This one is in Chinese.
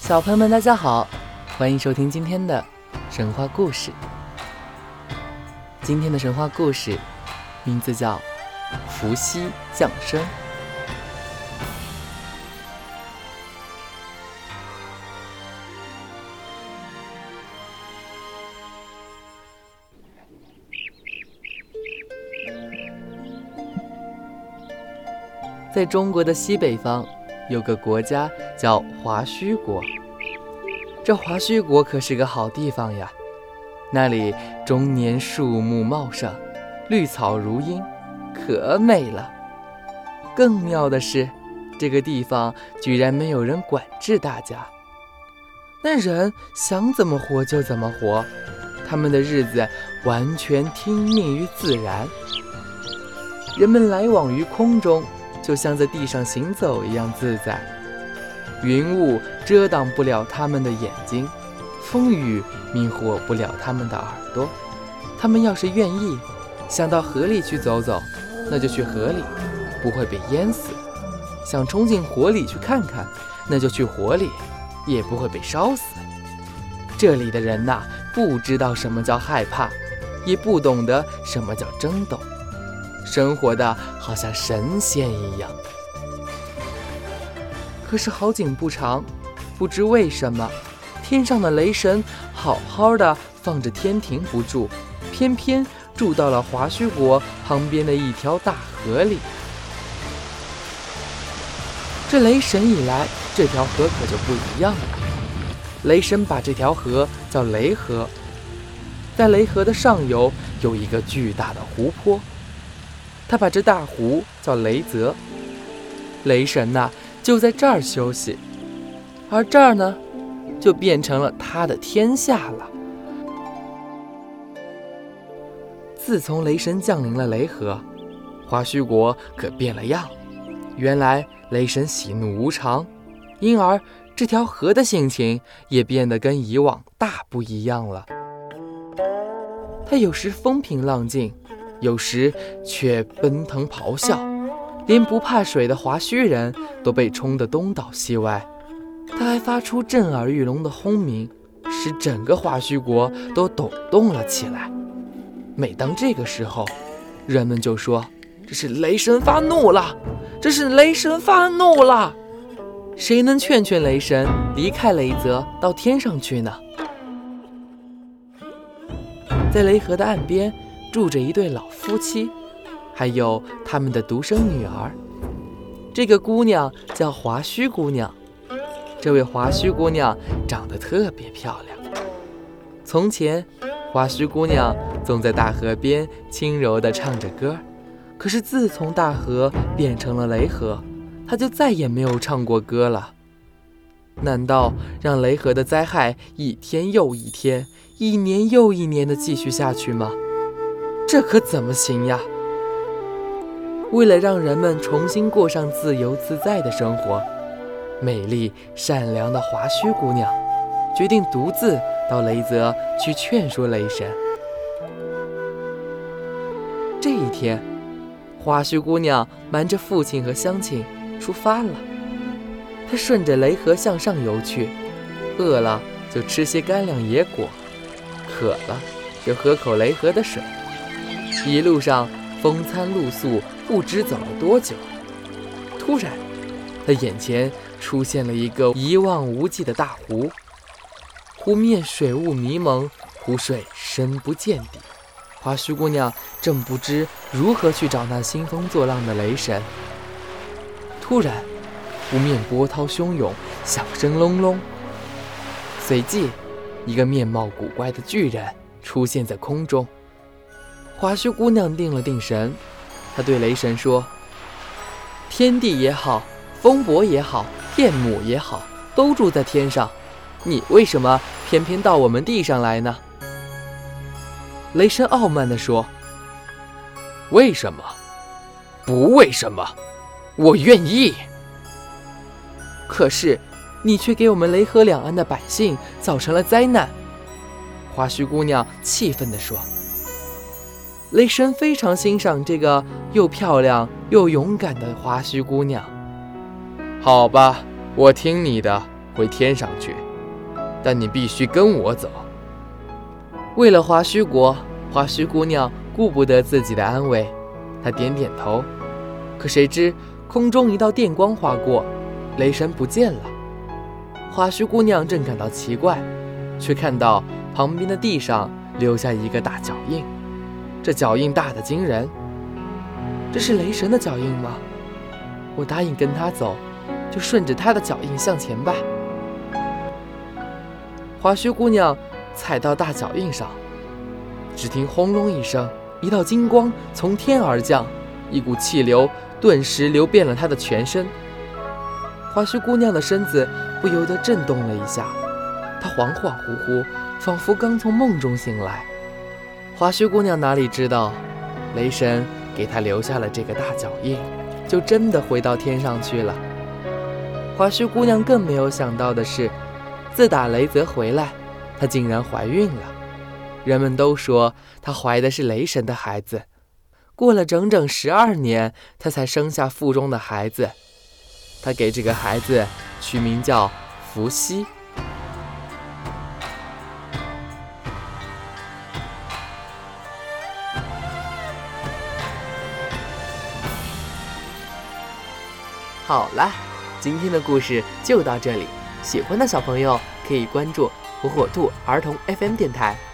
小朋友们大家好，欢迎收听今天的神话故事。今天的神话故事名字叫伏羲降生。在中国的西北方有个国家叫华胥国，这华胥国可是个好地方呀，那里终年树木茂盛，绿草如茵，可美了。更妙的是，这个地方居然没有人管制大家，那人想怎么活就怎么活，他们的日子完全听命于自然。人们来往于空中，就像在地上行走一样自在，云雾遮挡不了他们的眼睛，风雨迷惑不了他们的耳朵。他们要是愿意想到河里去走走，那就去河里，不会被淹死；想冲进火里去看看，那就去火里，也不会被烧死。这里的人呐，不知道什么叫害怕，也不懂得什么叫争斗，生活的好像神仙一样。可是好景不长，不知为什么，天上的雷神好好的放着天庭不住，偏偏住到了华胥国旁边的一条大河里。这雷神一来，这条河可就不一样了。雷神把这条河叫雷河，在雷河的上游有一个巨大的湖泊，他把这大湖叫雷泽。雷神呐，就在这儿休息，而这儿呢，就变成了他的天下了。自从雷神降临了雷河，华胥国可变了样。原来雷神喜怒无常，因而这条河的性情也变得跟以往大不一样了。他有时风平浪静，有时却奔腾咆哮，连不怕水的华胥人都被冲得东倒西歪。他还发出震耳欲聋的轰鸣，使整个华胥国都抖动了起来。每当这个时候，人们就说：“这是雷神发怒了，这是雷神发怒了。”谁能劝劝雷神离开雷泽到天上去呢？在雷河的岸边住着一对老夫妻，还有他们的独生女儿。这个姑娘叫华胥姑娘。这位华胥姑娘长得特别漂亮。从前，华胥姑娘总在大河边轻柔地唱着歌，可是自从大河变成了雷河，她就再也没有唱过歌了。难道让雷河的灾害一天又一天，一年又一年地继续下去吗？这可怎么行呀？为了让人们重新过上自由自在的生活，美丽善良的华胥姑娘决定独自到雷泽去劝说雷神。这一天，华胥姑娘瞒着父亲和乡亲出发了。她顺着雷河向上游去，饿了就吃些干粮野果，渴了就喝口雷河的水。一路上风餐露宿，不知走了多久。突然，他眼前出现了一个一望无际的大湖，湖面水雾迷蒙，湖水深不见底。华胥姑娘正不知如何去找那兴风作浪的雷神。突然，湖面波涛汹涌，响声隆隆。随即，一个面貌古怪的巨人出现在空中。华胥姑娘定了定神，她对雷神说：“天地也好，风伯也好，天母也好，都住在天上，你为什么偏偏到我们地上来呢？”雷神傲慢地说：“为什么？不为什么，我愿意。可是你却给我们雷河两岸的百姓造成了灾难。”华胥姑娘气愤地说。雷神非常欣赏这个又漂亮又勇敢的华胥姑娘。好吧，我听你的， 回天上去，但你必须跟我走。”为了华胥国，华胥姑娘顾不得自己的安危，她点点头。可谁知空中一道电光划过，雷神不见了。华胥姑娘正感到奇怪，却看到旁边的地上留下一个大脚印，这脚印大得惊人。这是雷神的脚印吗？我答应跟他走，就顺着他的脚印向前吧。华胥姑娘踩到大脚印上，只听轰隆一声，一道金光从天而降，一股气流顿时流遍了她的全身。华胥姑娘的身子不由得震动了一下，她恍恍惚惚，仿佛刚从梦中醒来。华胥姑娘哪里知道，雷神给她留下了这个大脚印，就真的回到天上去了。华胥姑娘更没有想到的是，自打雷泽回来，她竟然怀孕了。人们都说她怀的是雷神的孩子。过了整整12年，她才生下腹中的孩子。她给这个孩子取名叫伏羲。好了，今天的故事就到这里。喜欢的小朋友可以关注火火兔儿童 FM 电台。